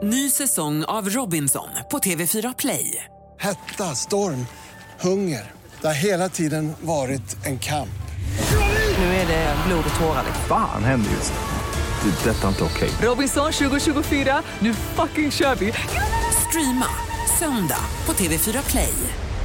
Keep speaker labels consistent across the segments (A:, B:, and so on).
A: Ny säsong av Robinson på TV4 Play.
B: Hetta, storm, hunger. Det har hela tiden varit en kamp.
A: Nu är det blod och tårar.
C: Fan händer just nu. Det. Detta är inte okej.
A: Robinson 2024, nu fucking kör vi. Streama söndag på TV4 Play.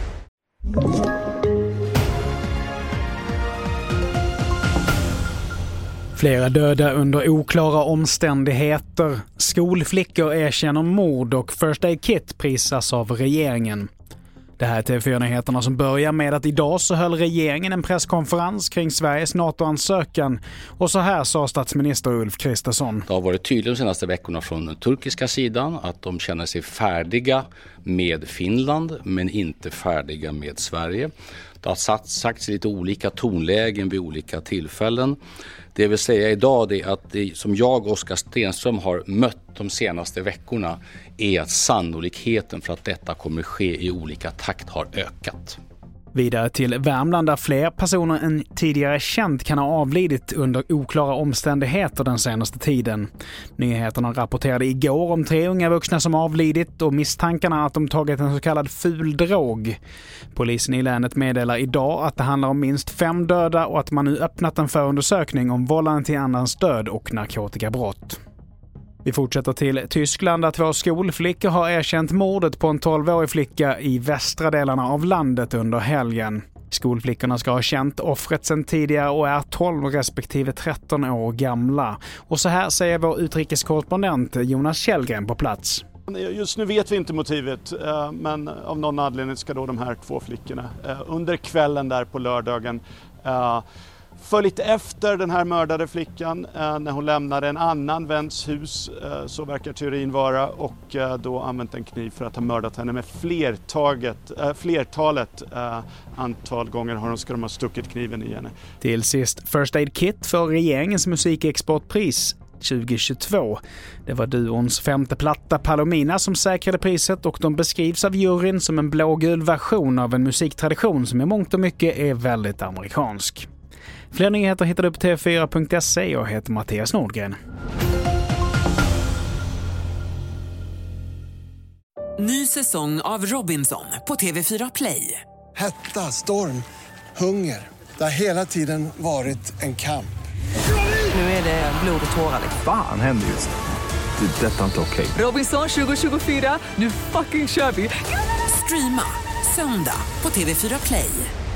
D: Flera döda under oklara omständigheter. Skolflickor erkänner mord och First Aid Kit prisas av regeringen. Det här är TV4-nyheterna som börjar med att idag så höll regeringen en presskonferens kring Sveriges NATO-ansökan. Och så här sa statsminister Ulf Kristersson.
E: Det har varit tydligt de senaste veckorna från den turkiska sidan att de känner sig färdiga med Finland men inte färdiga med Sverige. Det har sagts lite olika tonlägen vid olika tillfällen. Det jag vill säga idag är att det som jag och Oskar Stenström har mött de senaste veckorna är att sannolikheten för att detta kommer ske i olika takt har ökat.
D: Vidare till Värmland där fler personer än tidigare känt kan ha avlidit under oklara omständigheter den senaste tiden. Nyheterna rapporterade igår om 3 unga vuxna som avlidit och misstankarna att de tagit en så kallad ful drog. Polisen i länet meddelar idag att det handlar om minst 5 döda och att man nu öppnat en förundersökning om vållande till annans död och narkotikabrott. Vi fortsätter till Tyskland där 2 skolflickor har erkänt mordet på en 12-årig flicka i västra delarna av landet under helgen. Skolflickorna ska ha känt offret sedan tidigare och är 12 respektive 13 år gamla. Och så här säger vår utrikeskorrespondent Jonas Källgren på plats.
F: Just nu vet vi inte motivet, men av någon anledning ska då de här 2 flickorna under kvällen där på lördagen för lite efter den här mördade flickan när hon lämnade en annan väns hus, så verkar teorin vara, och då använt en kniv för att ha mördat henne med flertalet antal gånger ska de ha stuckit kniven i henne.
D: Till sist First Aid Kit för regeringens musikexportpris 2022. Det var duons 5:e platta Palomina som säkrade priset och de beskrivs av juryn som en blågul version av en musiktradition som i mångt och mycket är väldigt amerikansk. Fler nyheter hittar du på tv4.se och heter Mattias Nordgren.
A: Ny säsong av Robinson på TV4 Play.
B: Hetta, storm, hunger. Det har hela tiden varit en kamp.
A: Nu är det blod och tårar.
C: Fan händer just nu. Det. Detta är inte okej.
A: Robinson 2024, nu fucking kör vi. Streama söndag på TV4 Play.